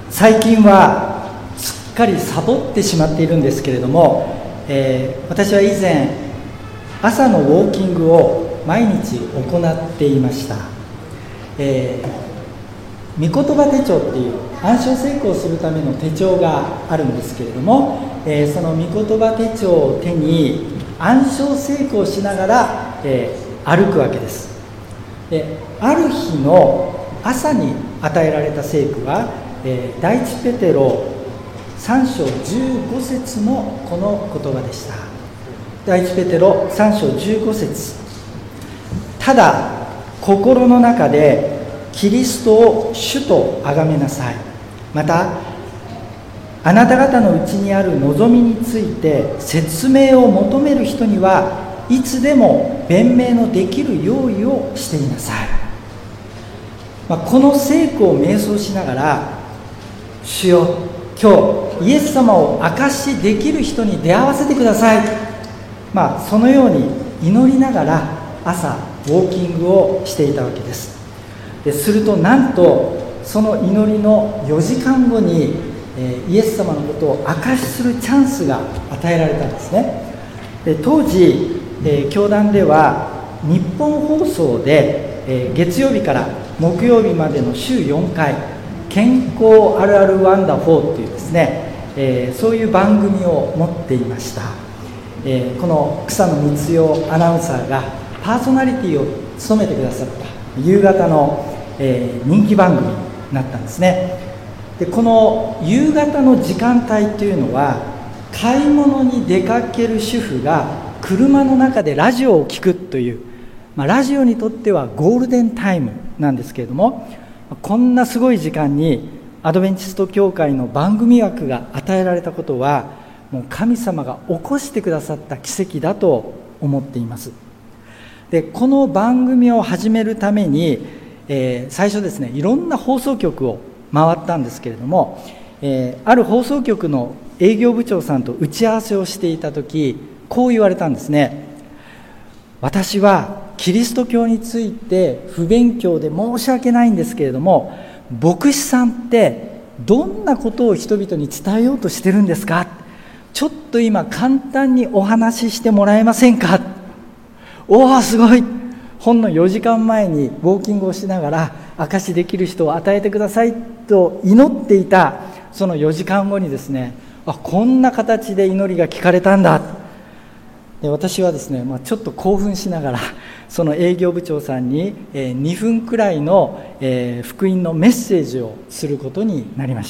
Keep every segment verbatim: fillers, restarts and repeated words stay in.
最近はすっかりサボってしまっているんですけれども、えー、私は以前朝のウォーキングを毎日行っていました。えー、御言葉手帳っていう暗唱成功するための手帳があるんですけれども、えー、その御言葉手帳を手に暗唱成功しながら、えー、歩くわけです。で、ある日の朝に与えられた聖句は、えー、第一ペテロさん章じゅうご節のこの言葉でした。第一ペテロさん章じゅうご節、ただ心の中でキリストを主と崇めなさい。またあなた方のうちにある望みについて説明を求める人にはいつでも弁明のできる用意をしていなさい。まあ、この聖句を瞑想しながら、主よ、今日イエス様を証しできる人に出会わせてください。まあ、そのように祈りながら朝ウォーキングをしていたわけです。ですると、なんとその祈りのよじかんごに、えー、イエス様のことを証しするチャンスが与えられたんですね。で、当時、えー、教団では日本放送で、えー、月曜日から木曜日までの週よんかい、健康あるあるワンダフォーというですね、えー、そういう番組を持っていました。えー、この草野光代アナウンサーがパーソナリティを務めてくださった夕方の、えー、人気番組になったんですね。で、この夕方の時間帯というのは、買い物に出かける主婦が車の中でラジオを聞くという、まあ、ラジオにとってはゴールデンタイムなんですけれども、こんなすごい時間にアドベンチスト教会の番組枠が与えられたことは、もう神様が起こしてくださった奇跡だと思っています。で、この番組を始めるために、えー、最初ですね、いろんな放送局を回ったんですけれども、えー、ある放送局の営業部長さんと打ち合わせをしていたとき、こう言われたんですね。私はキリスト教について不勉強で申し訳ないんですけれども、牧師さんってどんなことを人々に伝えようとしてるんですか？ちょっと今簡単にお話ししてもらえませんか？おー、すごい。ほんのよじかんまえにウォーキングをしながら証しできる人を与えてくださいと祈っていたそのよじかんごにですね、あ、こんな形で祈りが聞かれたんだ。で、私はですね、まあ、ちょっと興奮しながらその営業部長さんに、えー、にふんくらいの、えー、福音のメッセージをすることになりました。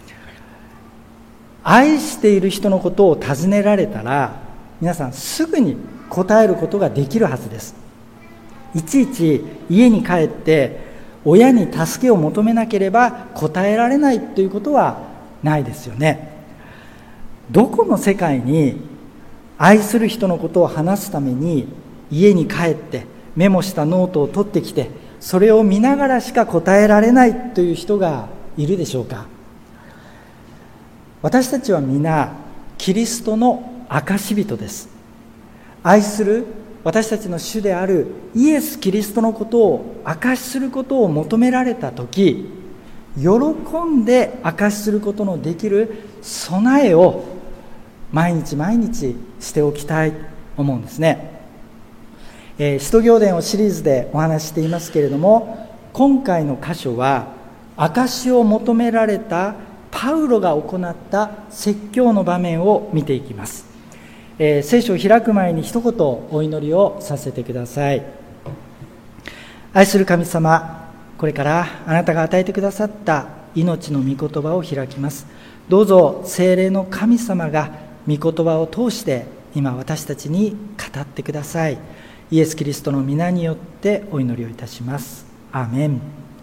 愛している人のことを尋ねられたら、皆さんすぐに答えることができるはずです。いちいち家に帰って親に助けを求めなければ答えられないということはないですよね。どこの世界に愛する人のことを話すために家に帰ってメモしたノートを取ってきて、それを見ながらしか答えられないという人がいるでしょうか。私たちは皆キリストの証人です。愛する私たちの主であるイエス・キリストのことを証しすることを求められたとき、喜んで証しすることのできる備えを毎日毎日しておきたいと思うんですね。えー、使徒行伝をシリーズでお話ししていますけれども、今回の箇所は証しを求められたパウロが行った説教の場面を見ていきます。えー、聖書を開く前に一言お祈りをさせてください。愛する神様、これからあなたが与えてくださった命の御言葉を開きます。どうぞ聖霊の神様が御言葉を通して今私たちに語ってください。イエス・キリストの皆によってお祈りをいたします。アーメン。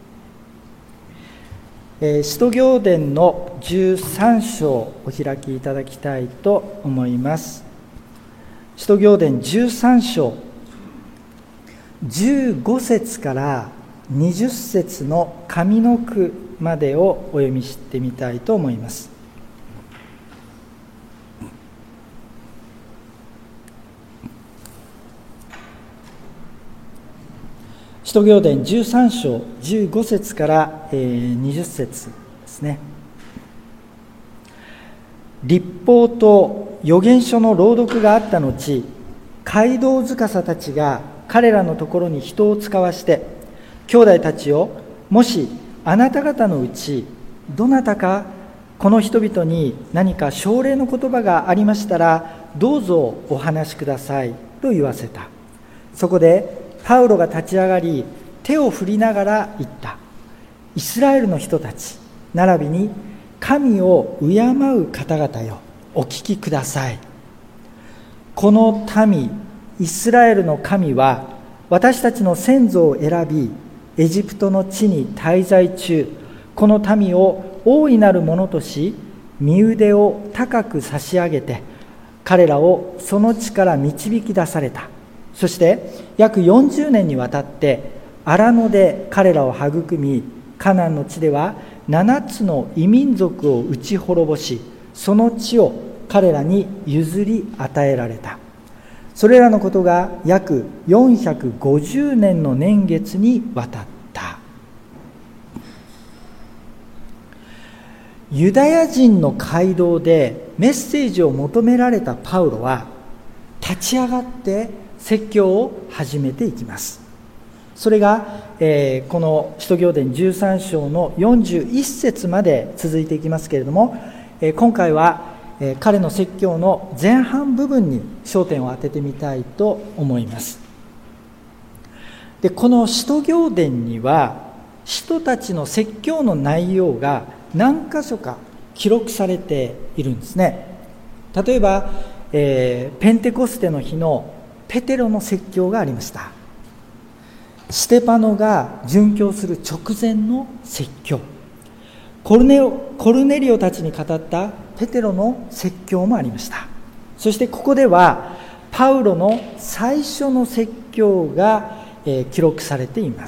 えー、使徒行伝のじゅうさん章をお開きいただきたいと思います。使徒行伝じゅうさん章じゅうご節からにじゅっ節の上の句までをお読みしてみたいと思います。使徒行伝じゅうさん章じゅうご節からにじゅっ節ですね。 律法と預言書の朗読があった後、街道司たちが彼らのところに人を使わして、兄弟たちを、もしあなた方のうちどなたかこの人々に何か奨励の言葉がありましたら、どうぞお話しくださいと言わせた。そこでパウロが立ち上がり、手を振りながら言った。イスラエルの人たち、並びに神を敬う方々よ、お聞きください。この民イスラエルの神は、私たちの先祖を選び、エジプトの地に滞在中、この民を大いなるものとし、身腕を高く差し上げて、彼らをその地から導き出された。そして約よんじゅうねんにわたって荒野で彼らを育み、カナンの地ではななつの異民族を打ち滅ぼし、その地を彼らに譲り与えられた。それらのことが約よんひゃくごじゅうねんの年月にわたった。ユダヤ人の街道でメッセージを求められたパウロは、立ち上がって説教を始めていきます。それが、えー、この使徒行伝じゅうさん章のよんじゅういっ節まで続いていきますけれども、えー、今回は、えー、彼の説教の前半部分に焦点を当ててみたいと思います。で、この使徒行伝には使徒たちの説教の内容が何箇所か記録されているんですね。例えば、えー、ペンテコステの日のペテロの説教がありました。ステパノが殉教する直前の説教、コルネオ、コルネリオたちに語ったペテロの説教もありました。そしてここではパウロの最初の説教が、えー、記録されています。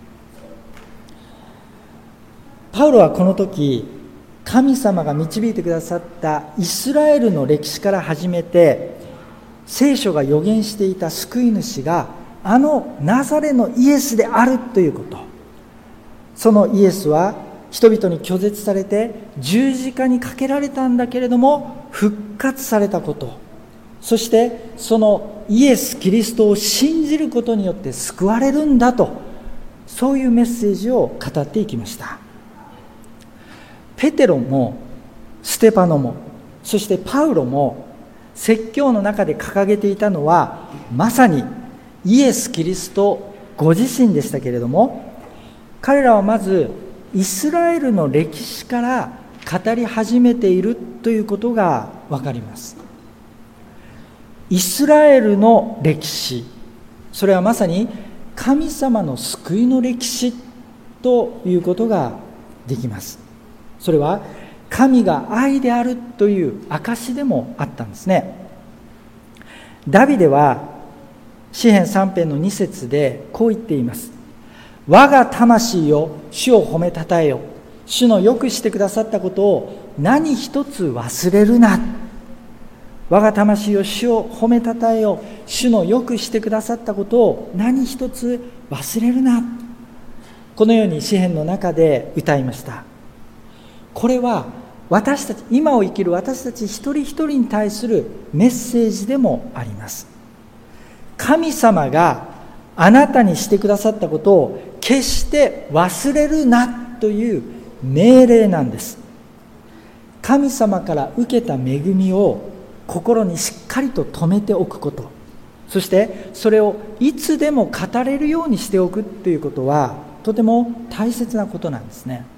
パウロはこの時、神様が導いてくださったイスラエルの歴史から始めて、聖書が予言していた救い主があのナザレのイエスであるということ、そのイエスは人々に拒絶されて十字架にかけられたんだけれども復活されたこと、そしてそのイエス・キリストを信じることによって救われるんだと、そういうメッセージを語っていきました。ペテロもステパノも、そしてパウロも説教の中で掲げていたのはまさにイエス・キリストご自身でしたけれども、彼らはまずイスラエルの歴史から語り始めているということが分かります。イスラエルの歴史、それはまさに神様の救いの歴史ということができます。それは神が愛であるという証でもあったんですね。ダビデは詩編さん編のに節でこう言っています。我が魂よ、主を褒めたたえよ。主のよくしてくださったことを何一つ忘れるな。我が魂よ、主を褒めたたえよ。主のよくしてくださったことを何一つ忘れるな。このように詩編の中で歌いました。これは私たち、今を生きる私たち一人一人に対するメッセージでもあります。神様があなたにしてくださったことを決して忘れるなという命令なんです。神様から受けた恵みを心にしっかりと留めておくこと、そしてそれをいつでも語れるようにしておくということはとても大切なことなんですね。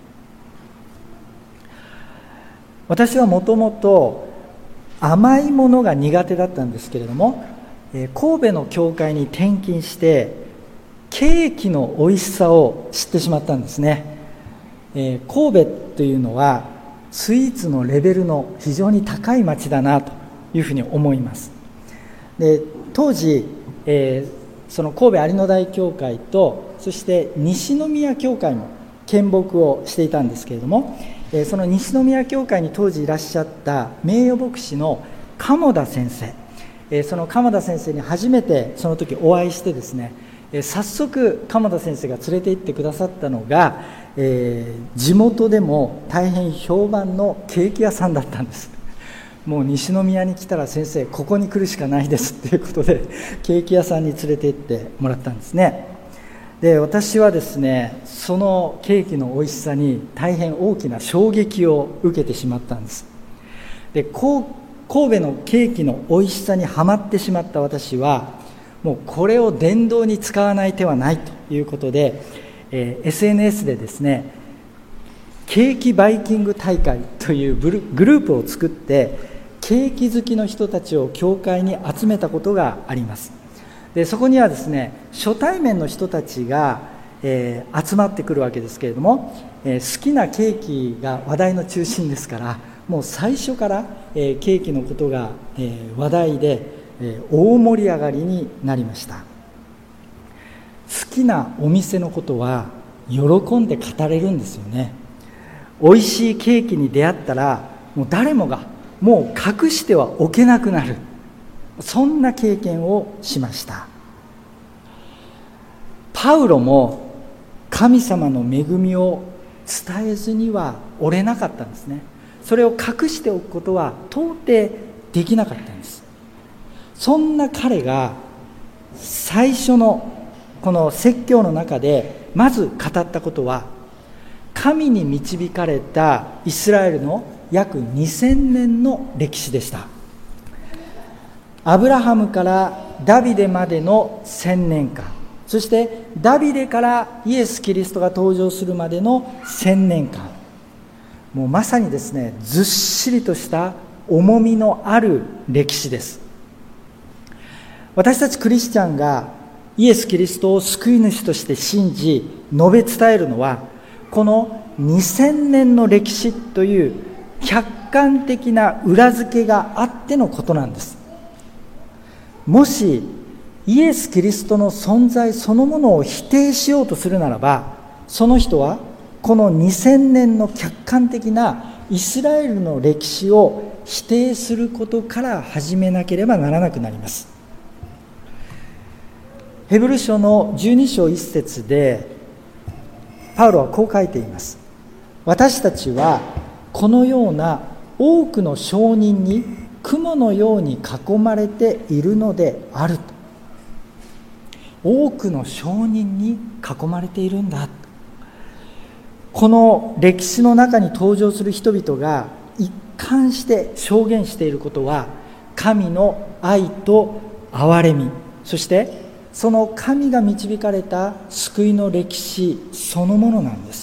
私はもともと甘いものが苦手だったんですけれども、神戸の教会に転勤してケーキの美味しさを知ってしまったんですね。神戸というのはスイーツのレベルの非常に高い町だなというふうに思います。で、当時、えー、その神戸有野台教会とそして西宮教会も見牧をしていたんですけれども、その西宮教会に当時いらっしゃった名誉牧師の鴨田先生、その鴨田先生に初めてその時お会いしてですね、早速鴨田先生が連れて行ってくださったのが、えー、地元でも大変評判のケーキ屋さんだったんです。 もう西宮に来たら先生ここに来るしかないですっていうことでケーキ屋さんに連れて行ってもらったんですね。で私はですねそのケーキの美味しさに大変大きな衝撃を受けてしまったんです。で神戸のケーキの美味しさにはまってしまった私はもうこれを伝道に使わない手はないということで、えー、エスエヌエス でですねケーキバイキング大会というグループを作ってケーキ好きの人たちを教会に集めたことがあります。でそこにはですね初対面の人たちが、えー、集まってくるわけですけれども、えー、好きなケーキが話題の中心ですからもう最初から、えー、ケーキのことが、えー、話題で、えー、大盛り上がりになりました。好きなお店のことは喜んで語れるんですよね。美味しいケーキに出会ったらもう誰もがもう隠してはおけなくなる、そんな経験をしました。パウロも神様の恵みを伝えずには折れなかったんですね。それを隠しておくことは到底できなかったんです。そんな彼が最初のこの説教の中でまず語ったことは神に導かれたイスラエルの約にせんねんの歴史でした。アブラハムからダビデまでのせんねんかん、そしてダビデからイエス・キリストが登場するまでのせんねんかん、もうまさにですねずっしりとした重みのある歴史です。私たちクリスチャンがイエス・キリストを救い主として信じ述べ伝えるのはこのにせんねんの歴史という客観的な裏付けがあってのことなんです。もしイエス・キリストの存在そのものを否定しようとするならばその人はこのにせんねんの客観的なイスラエルの歴史を否定することから始めなければならなくなります。ヘブル書のじゅうにしょういっせつでパウロはこう書いています。私たちはこのような多くの証人に雲のように囲まれているのであると。多くの証人に囲まれているんだ。この歴史の中に登場する人々が一貫して証言していることは神の愛と憐れみ、そしてその神が導かれた救いの歴史そのものなんです。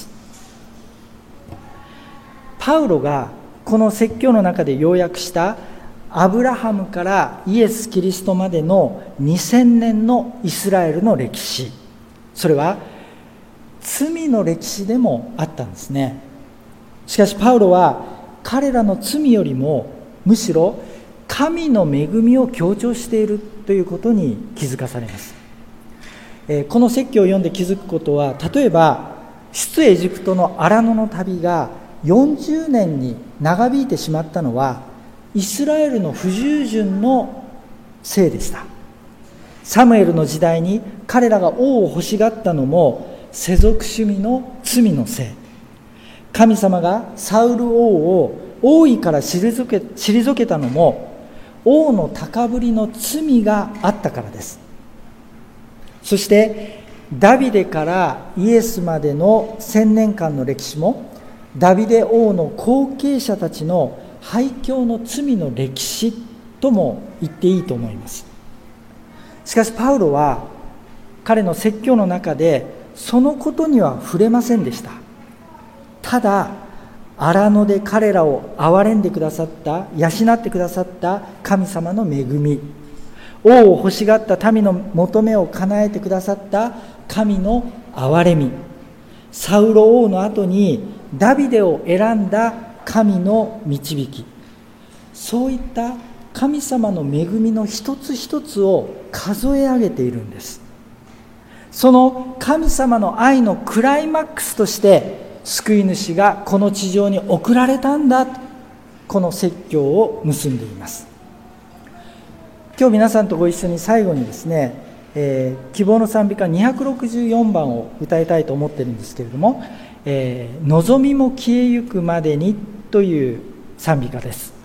パウロがこの説教の中で要約したアブラハムからイエス・キリストまでのにせんねんのイスラエルの歴史、それは罪の歴史でもあったんですね。しかしパウロは彼らの罪よりもむしろ神の恵みを強調しているということに気づかされます。この説教を読んで気づくことは、例えば出エジプトの荒野の旅がよんじゅうねんに長引いてしまったのはイスラエルの不従順のせいでした。サムエルの時代に彼らが王を欲しがったのも世俗主義の罪のせい。神様がサウル王を王位から退け、退けたのも王の高ぶりの罪があったからです。そしてダビデからイエスまでの千年間の歴史もダビデ王の後継者たちの廃墟の罪の歴史とも言っていいと思います。しかしパウロは彼の説教の中でそのことには触れませんでした。ただ荒野で彼らを憐れんでくださった、養ってくださった神様の恵み、王を欲しがった民の求めを叶えてくださった神の憐れみ、サウロ王の後にダビデを選んだ神の導き、そういった神様の恵みの一つ一つを数え上げているんです。その神様の愛のクライマックスとして救い主がこの地上に送られたんだと、この説教を結んでいます。今日皆さんとご一緒に最後にですね、えー、希望の賛美歌にひゃくろくじゅうよんばんを歌いたいと思っているんですけれども、えー、望みも消えゆくまでにという賛美歌です。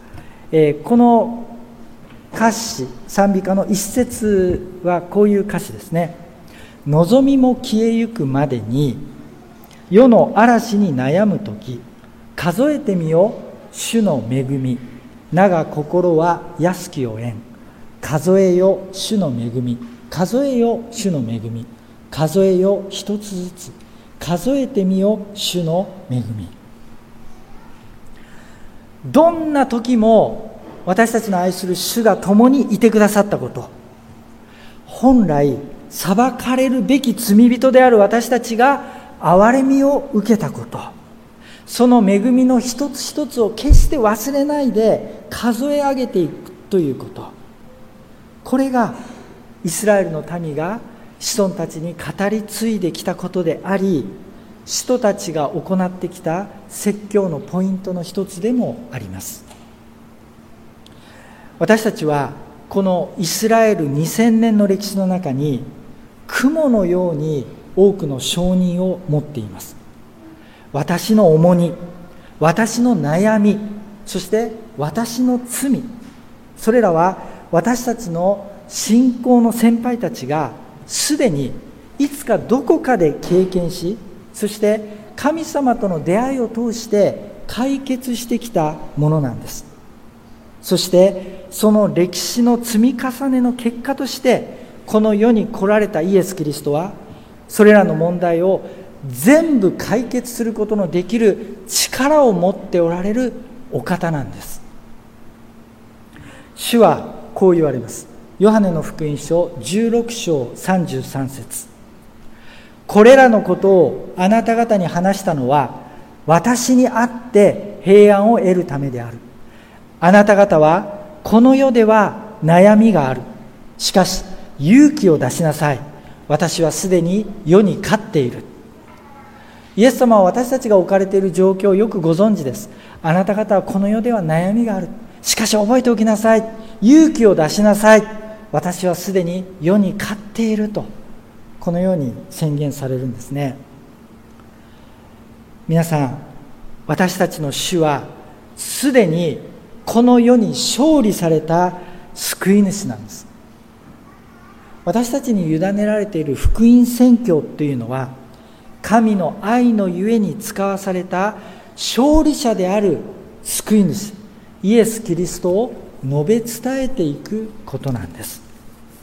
えー、この歌詞、賛美歌の一節はこういう歌詞ですね。望みも消えゆくまでに、世の嵐に悩むとき、数えてみよ主の恵み、長心は安きを縁。数えよ主の恵み、数えよ主の恵み、数えよ一つずつ、数えてみよ主の恵み。どんな時も私たちの愛する主が共にいてくださったこと、本来裁かれるべき罪人である私たちが憐れみを受けたこと、その恵みの一つ一つを決して忘れないで数え上げていくということ、これがイスラエルの民が子孫たちに語り継いできたことであり、使徒たちが行ってきた説教のポイントの一つでもあります。私たちはこのイスラエルにせんねんの歴史の中に雲のように多くの証人を持っています。私の重荷、私の悩み、そして私の罪、それらは私たちの信仰の先輩たちがすでにいつかどこかで経験し、そして神様との出会いを通して解決してきたものなんです。そしてその歴史の積み重ねの結果としてこの世に来られたイエス・キリストはそれらの問題を全部解決することのできる力を持っておられるお方なんです。主はこう言われます。ヨハネの福音書じゅうろく章さんじゅうさん節、これらのことをあなた方に話したのは私にあって平安を得るためである。あなた方はこの世では悩みがある。しかし勇気を出しなさい。私はすでに世に勝っている。イエス様は私たちが置かれている状況をよくご存知です。あなた方はこの世では悩みがある。しかし覚えておきなさい。勇気を出しなさい。私はすでに世に勝っていると、このように宣言されるんですね。皆さん、私たちの主はすでにこの世に勝利された救い主なんです。私たちに委ねられている福音宣教というのは、神の愛のゆえに使わされた勝利者である救い主イエス・キリストを述べ伝えていくことなんです。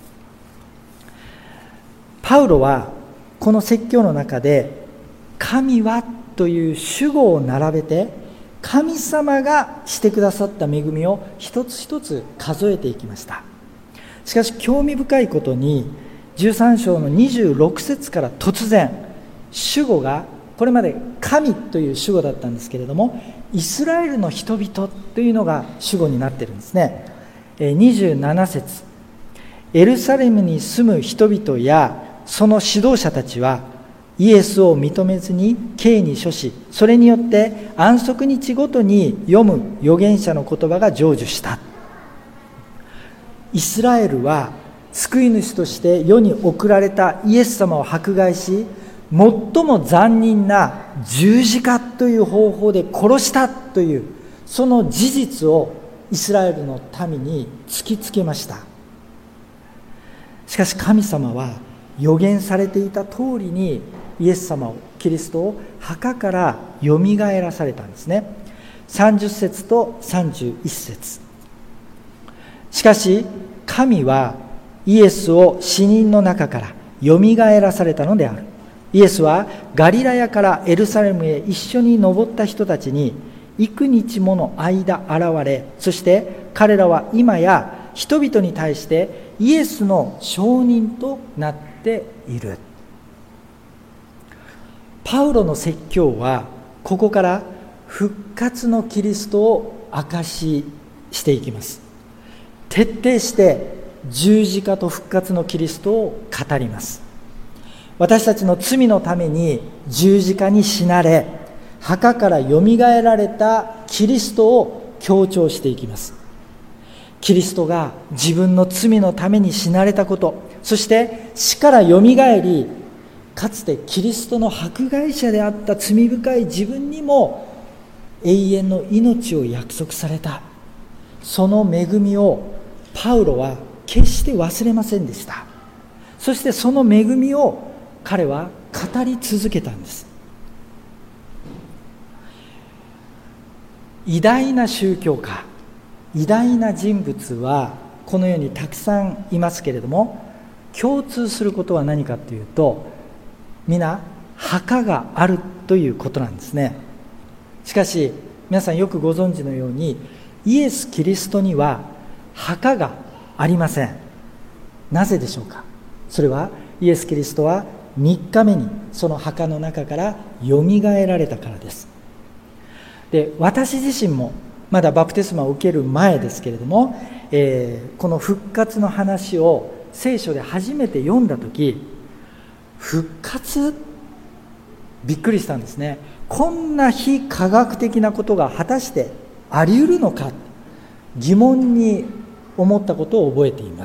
パウロはこの説教の中で神はという主語を並べて神様がしてくださった恵みを一つ一つ数えていきました。しかし興味深いことにじゅうさん章のにじゅうろく節から突然主語が、これまで神という主語だったんですけれども、イスラエルの人々というのが主語になっているんですね。にじゅうなな節、エルサレムに住む人々やその指導者たちはイエスを認めずに刑に処し、それによって安息日ごとに読む預言者の言葉が成就した。イスラエルは救い主として世に送られたイエス様を迫害し、最も残忍な十字架という方法で殺したというその事実をイスラエルの民に突きつけました。しかし神様は予言されていた通りにイエス様を、キリストを墓からよみがえらされたんですね。さんじゅう節とさんじゅういち節、しかし神はイエスを死人の中からよみがえらされたのである。イエスはガリラヤからエルサレムへ一緒に登った人たちに幾日もの間現れ、そして彼らは今や人々に対してイエスの証人となっている。パウロの説教はここから復活のキリストを証ししていきます。徹底して十字架と復活のキリストを語ります。私たちの罪のために十字架に死なれ、墓からよみがえられたキリストを強調していきます。キリストが自分の罪のために死なれたこと、そして死からよみがえり、かつてキリストの迫害者であった罪深い自分にも永遠の命を約束された。 その恵みをパウロは決して忘れませんでした。そしてその恵みを彼は語り続けたんです。偉大な宗教家、偉大な人物はこの世にたくさんいますけれども、共通することは何かというと、皆墓があるということなんですね。しかし皆さんよくご存知のように、イエス・キリストには墓がありません。なぜでしょうか。それはイエス・キリストはみっかめにその墓の中からよみがえられたからです。で、私自身もまだバプテスマを受ける前ですけれども、えー、この復活の話を聖書で初めて読んだとき、復活？びっくりしたんですね。こんな非科学的なことが果たしてあり得るのか、疑問に思ったことを覚えています。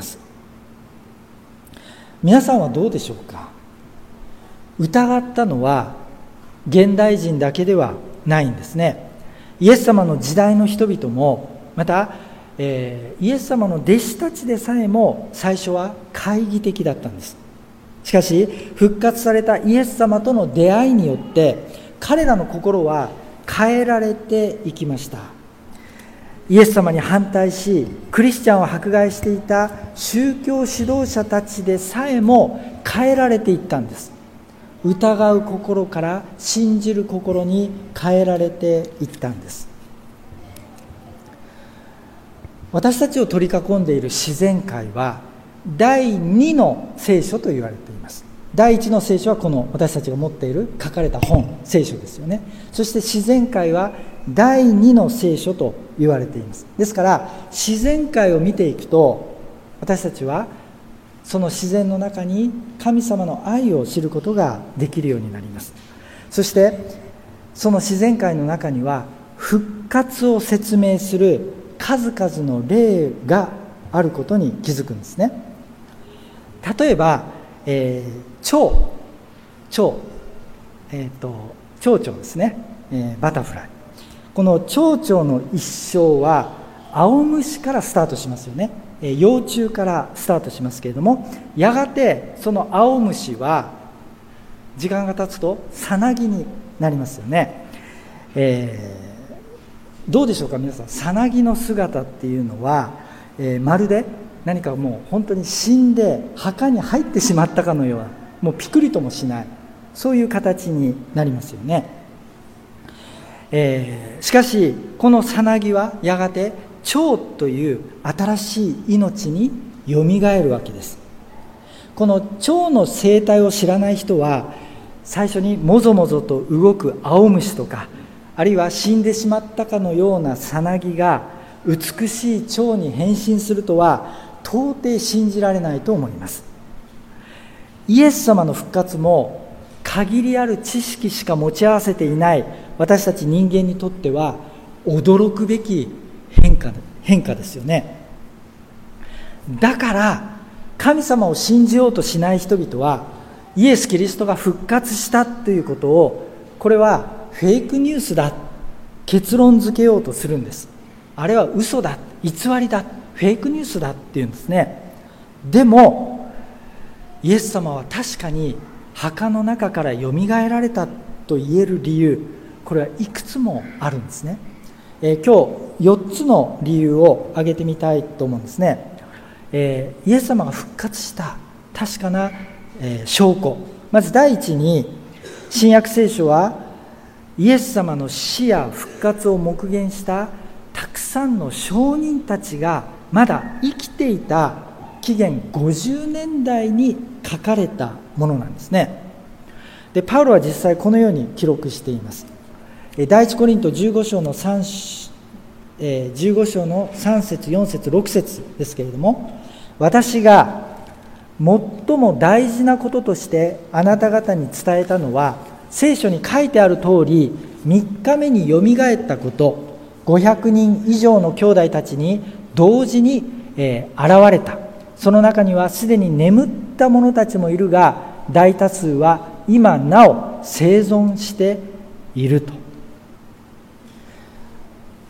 皆さんはどうでしょうか。疑ったのは現代人だけではないんですね。イエス様の時代の人々も、また、えー、イエス様の弟子たちでさえも最初は懐疑的だったんです。しかし復活されたイエス様との出会いによって彼らの心は変えられていきました。イエス様に反対しクリスチャンを迫害していた宗教指導者たちでさえも変えられていったんです。疑う心から信じる心に変えられていったんです。私たちを取り囲んでいる自然界はだいにの聖書と言われています。だいいちの聖書はこの私たちが持っている書かれた本、聖書ですよね。そして自然界はだいにの聖書と言われています。ですから自然界を見ていくと、私たちはその自然の中に神様の愛を知ることができるようになります。そしてその自然界の中には復活を説明する数々の例があることに気づくんですね。例えば、えー、蝶蝶、えーと、蝶々ですね、えー、バタフライ。この蝶々の一生は青虫からスタートしますよね。幼虫からスタートしますけれども、やがてその青虫は時間が経つとさなぎになりますよね。えー、どうでしょうか皆さん。さなぎの姿っていうのは、えー、まるで何かもう本当に死んで墓に入ってしまったかのような、もうピクリともしない、そういう形になりますよね。えー、しかしこのさなぎはやがて蝶という新しい命によみがえるわけです。この蝶の生態を知らない人は、最初にもぞもぞと動く青虫とか、あるいは死んでしまったかのようなさなぎが美しい蝶に変身するとは到底信じられないと思います。イエス様の復活も限りある知識しか持ち合わせていない私たち人間にとっては驚くべき変化、変化ですよね。だから神様を信じようとしない人々は、イエス・キリストが復活したということを、これはフェイクニュースだ、結論付けようとするんです。あれは嘘だ、偽りだ、フェイクニュースだっていうんですね。でもイエス様は確かに墓の中からよみがえられたと言える理由、これはいくつもあるんですね。えー、今日よっつの理由を挙げてみたいと思うんですね。えー、イエス様が復活した確かな、えー、証拠。まず第一に、新約聖書はイエス様の死や復活を目撃したたくさんの証人たちがまだ生きていた紀元ごじゅうねんだいに書かれたものなんですね。で、パウロは実際このように記録しています。第一コリントじゅうご章のさん、えー、じゅうご章のさん節よん節ろく節ですけれども、私が最も大事なこととしてあなた方に伝えたのは、聖書に書いてある通りみっかめによみがえったこと、ごひゃくにん以上の兄弟たちに同時に、えー、現れた。その中にはすでに眠った者たちもいるが、大多数は今なお生存していると。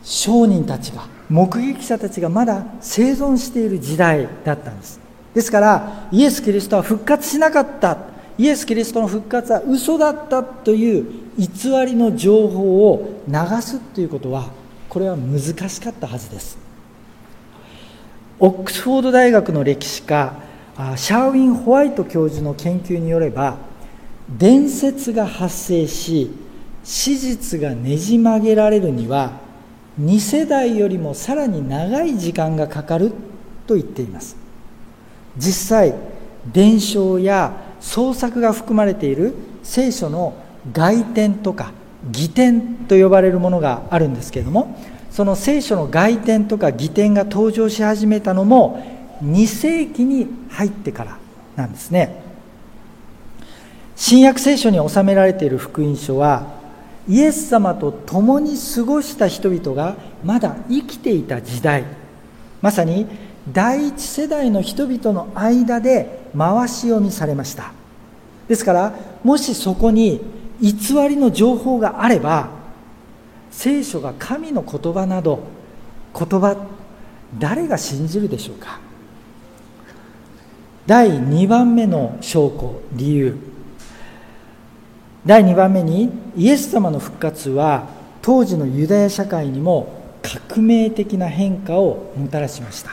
証人たちが、目撃者たちがまだ生存している時代だったんです。ですからイエス・キリストは復活しなかった、イエス・キリストの復活は嘘だったという偽りの情報を流すということは、これは難しかったはずです。オックスフォード大学の歴史家シャーウィン・ホワイト教授の研究によれば、伝説が発生し史実がねじ曲げられるにはに世代よりもさらに長い時間がかかると言っています。実際伝承や創作が含まれている聖書の外典とか義典と呼ばれるものがあるんですけれども、その聖書の外典とか義典が登場し始めたのもに世紀に入ってからなんですね。新約聖書に収められている福音書は、イエス様と共に過ごした人々がまだ生きていた時代、まさに第一世代の人々の間で回し読みされました。ですからもしそこに偽りの情報があれば、聖書が神の言葉など言葉、誰が信じるでしょうか。だいにばんめの証拠、理由。だいにばんめに、イエス様の復活は当時のユダヤ社会にも革命的な変化をもたらしました。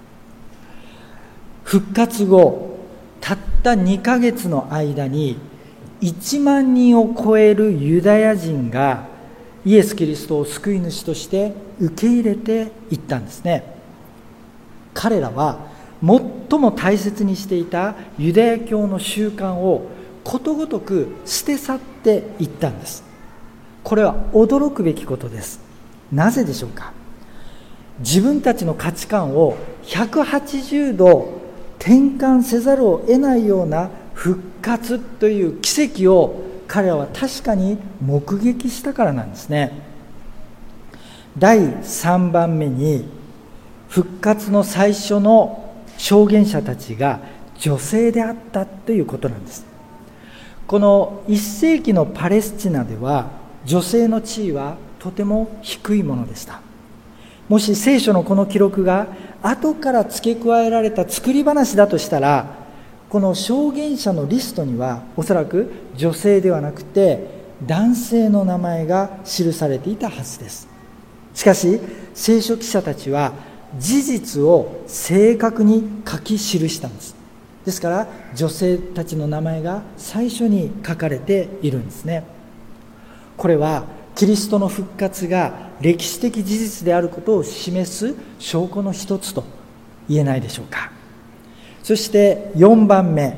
復活後たったにかげつの間にいちまんにんを超えるユダヤ人がイエス・キリストを救い主として受け入れていったんですね。彼らは最も大切にしていたユダヤ教の習慣をことごとく捨て去っていったんです。これは驚くべきことです。なぜでしょうか。自分たちの価値観をひゃくはちじゅうど転換せざるを得ないような復活という奇跡を彼らは確かに目撃したからなんですね。だいさんばんめに、復活の最初の証言者たちが女性であったということなんです。このいっ世紀のパレスチナでは女性の地位はとても低いものでした。もし聖書のこの記録が後から付け加えられた作り話だとしたら、この証言者のリストにはおそらく女性ではなくて男性の名前が記されていたはずです。しかし聖書記者たちは事実を正確に書き記したんです。ですから女性たちの名前が最初に書かれているんですね。これはキリストの復活が歴史的事実であることを示す証拠の一つと言えないでしょうか。そしてよんばんめ、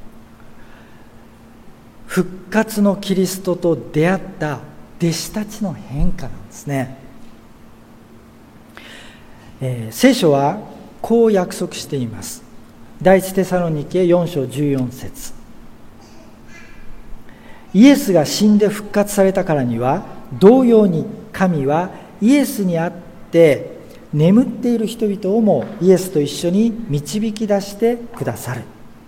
復活のキリストと出会った弟子たちの変化なんですね。えー、聖書はこう約束しています。第一テサロニケよん章じゅうよん節、イエスが死んで復活されたからには同様に神はイエスにあって眠っている人々をもイエスと一緒に導き出してくださる。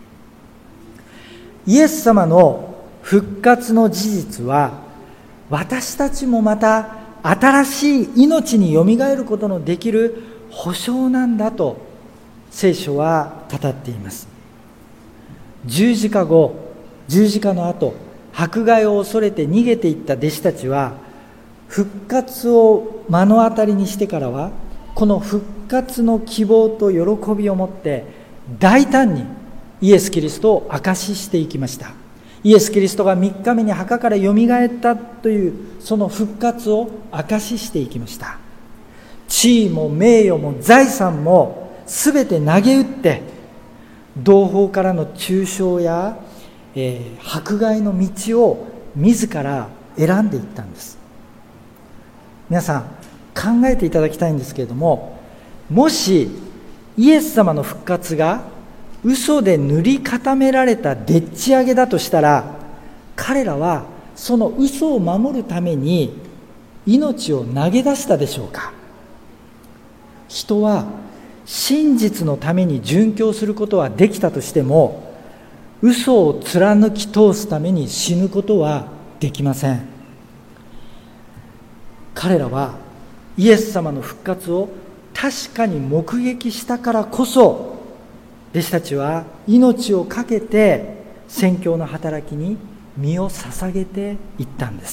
イエス様の復活の事実は、私たちもまた新しい命によみがえることのできる保証なんだと聖書は語っています。十字架後、十字架の後、迫害を恐れて逃げていった弟子たちは、復活を目の当たりにしてからは、この復活の希望と喜びを持って大胆にイエス・キリストを証ししていきました。イエス・キリストがみっかめに墓からよみがえったというその復活を証ししていきました。地位も名誉も財産もすべて投げ打って、同胞からの中傷や、えー、迫害の道を自ら選んでいったんです。皆さん考えていただきたいんですけれども、もしイエス様の復活が嘘で塗り固められたでっち上げだとしたら、彼らはその嘘を守るために命を投げ出したでしょうか。人は真実のために殉教することはできたとしても、嘘を貫き通すために死ぬことはできません。彼らはイエス様の復活を確かに目撃したからこそ、弟子たちは命を懸けて宣教の働きに身を捧げていったんです。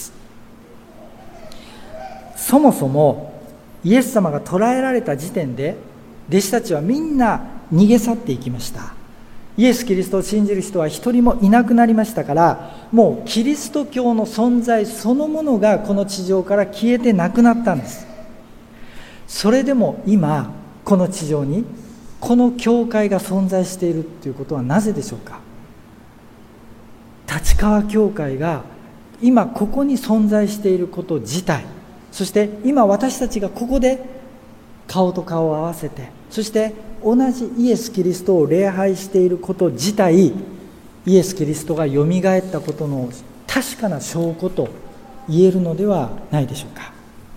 そもそもイエス様が捕らえられた時点で、弟子たちはみんな逃げ去っていきました。イエス・キリストを信じる人は一人もいなくなりましたから、もうキリスト教の存在そのものがこの地上から消えてなくなったんです。それでも今この地上にこの教会が存在しているということはなぜでしょうか。立川教会が今ここに存在していること自体、そして今私たちがここで顔と顔を合わせて、そして同じイエス・キリストを礼拝していること自体、イエス・キリストがよみがえったことの確かな証拠と言えるのではないでしょうか。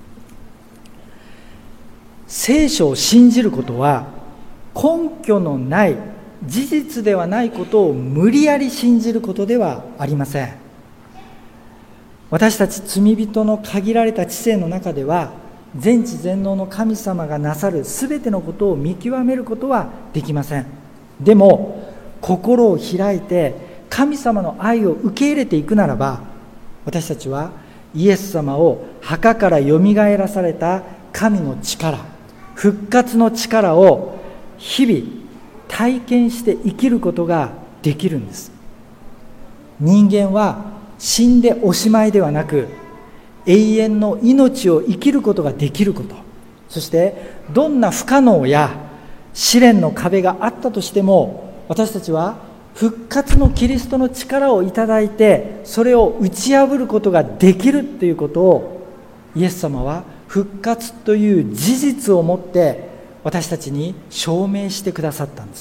聖書を信じることは根拠のない事実ではないことを無理やり信じることではありません。私たち罪人の限られた知性の中では、全知全能の神様がなさるすべてのことを見極めることはできません。でも心を開いて神様の愛を受け入れていくならば、私たちはイエス様を墓からよみがえらされた神の力、復活の力を日々体験して生きることができるんです。人間は死んでおしまいではなく、永遠の命を生きることができること、そしてどんな不可能や試練の壁があったとしても、私たちは復活のキリストの力をいただいて、それを打ち破ることができるということを、イエス様は復活という事実をもって私たちに証明してくださったんです。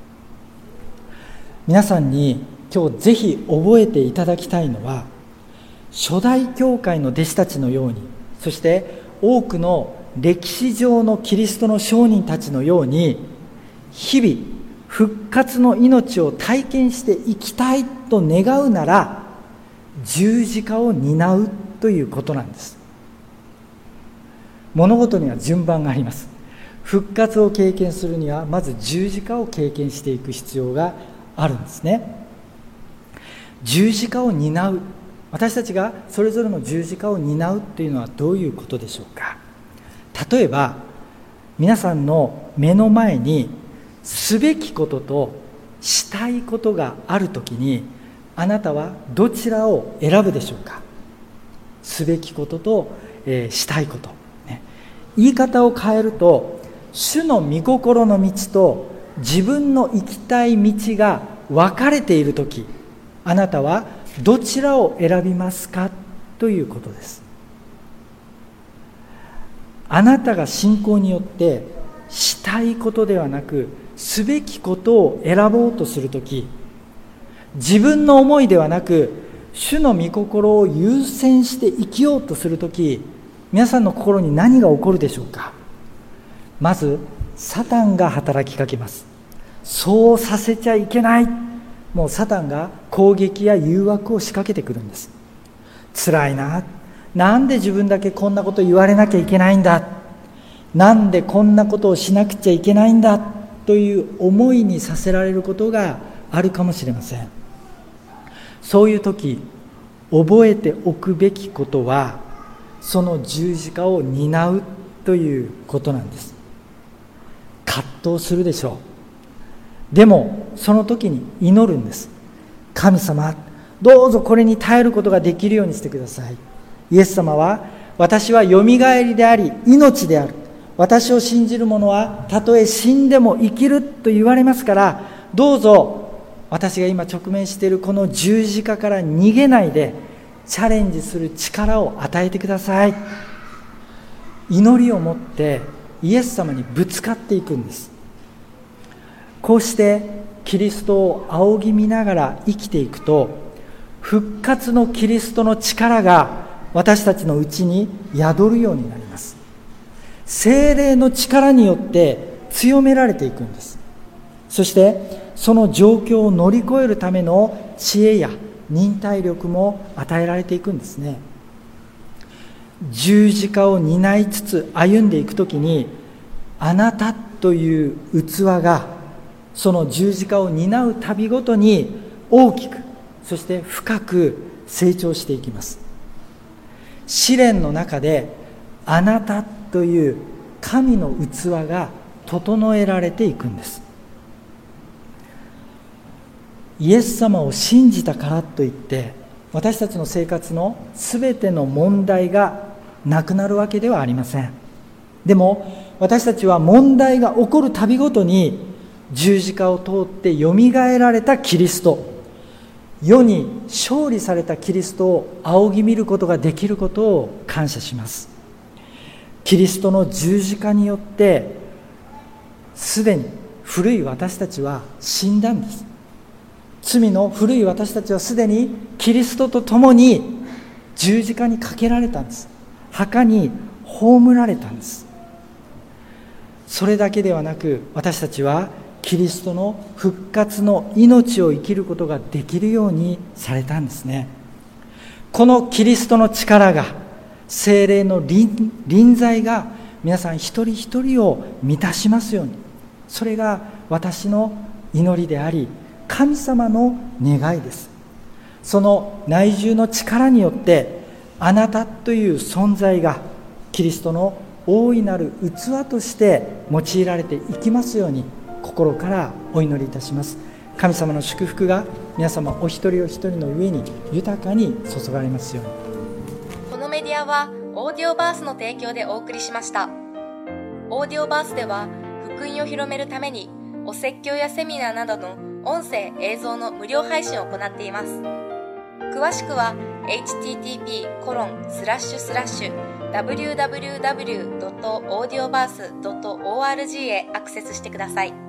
皆さんに今日ぜひ覚えていただきたいのは、初代教会の弟子たちのように、そして多くの歴史上のキリストの商人たちのように、日々復活の命を体験していきたいと願うなら、十字架を担うということなんです。物事には順番があります。復活を経験するにはまず十字架を経験していく必要があるんですね。十字架を担う、私たちがそれぞれの十字架を担うというのはどういうことでしょうか。例えば皆さんの目の前にすべきこととしたいことがあるときに、あなたはどちらを選ぶでしょうか。すべきことと、えー、したいこと、ね、言い方を変えると、主の御心の道と自分の行きたい道が分かれているとき、あなたはどちらを選びますかということです。あなたが信仰によってしたいことではなく、すべきことを選ぼうとするとき、自分の思いではなく主の御心を優先して生きようとするとき、皆さんの心に何が起こるでしょうか。まずサタンが働きかけます。そうさせちゃいけない、もうサタンが攻撃や誘惑を仕掛けてくるんです。辛いな、なんで自分だけこんなこと言われなきゃいけないんだ、なんでこんなことをしなくちゃいけないんだという思いにさせられることがあるかもしれません。そういう時、覚えておくべきことは、その十字架を担うということなんです。葛藤するでしょう。でもその時に祈るんです。神様、どうぞこれに耐えることができるようにしてください。イエス様は、私はよみがえりであり命である、私を信じる者はたとえ死んでも生きると言われますから、どうぞ私が今直面しているこの十字架から逃げないでチャレンジする力を与えてください。祈りを持ってイエス様にぶつかっていくんです。こうしてキリストを仰ぎ見ながら生きていくと、復活のキリストの力が私たちのうちに宿るようになります。聖霊の力によって強められていくんです。そしてその状況を乗り越えるための知恵や忍耐力も与えられていくんですね。 十字架を担いつつ歩んでいくときに、あなたという器がその十字架を担う旅ごとに大きく、そして深く成長していきます。試練の中であなたという神の器が整えられていくんです。イエス様を信じたからといって私たちの生活のすべての問題がなくなるわけではありません。でも私たちは問題が起こるたびごとに十字架を通ってよみがえられたキリスト、世に勝利されたキリストを仰ぎ見ることができることを感謝します。キリストの十字架によってすでに古い私たちは死んだんです。罪の古い私たちはすでにキリストと共に十字架にかけられたんです。墓に葬られたんです。それだけではなく、私たちはキリストの復活の命を生きることができるようにされたんですね。このキリストの力が、聖霊の 臨, 臨在が皆さん一人一人を満たしますように。それが私の祈りであり、神様の願いです。その内住の力によってあなたという存在がキリストの大いなる器として用いられていきますように心からお祈りいたします。神様の祝福が皆様お一人お一人の上に豊かに注がれますように。 このメディアはオーディオバースの提供でお送りしました。オーディオバースでは福音を広めるためにお説教やセミナーなどの音声映像の無料配信を行っています。詳しくは エイチティーティーピーコロンスラッシュスラッシュダブリューダブリューダブリュードットオーディオバースドットオーアールジー へアクセスしてください。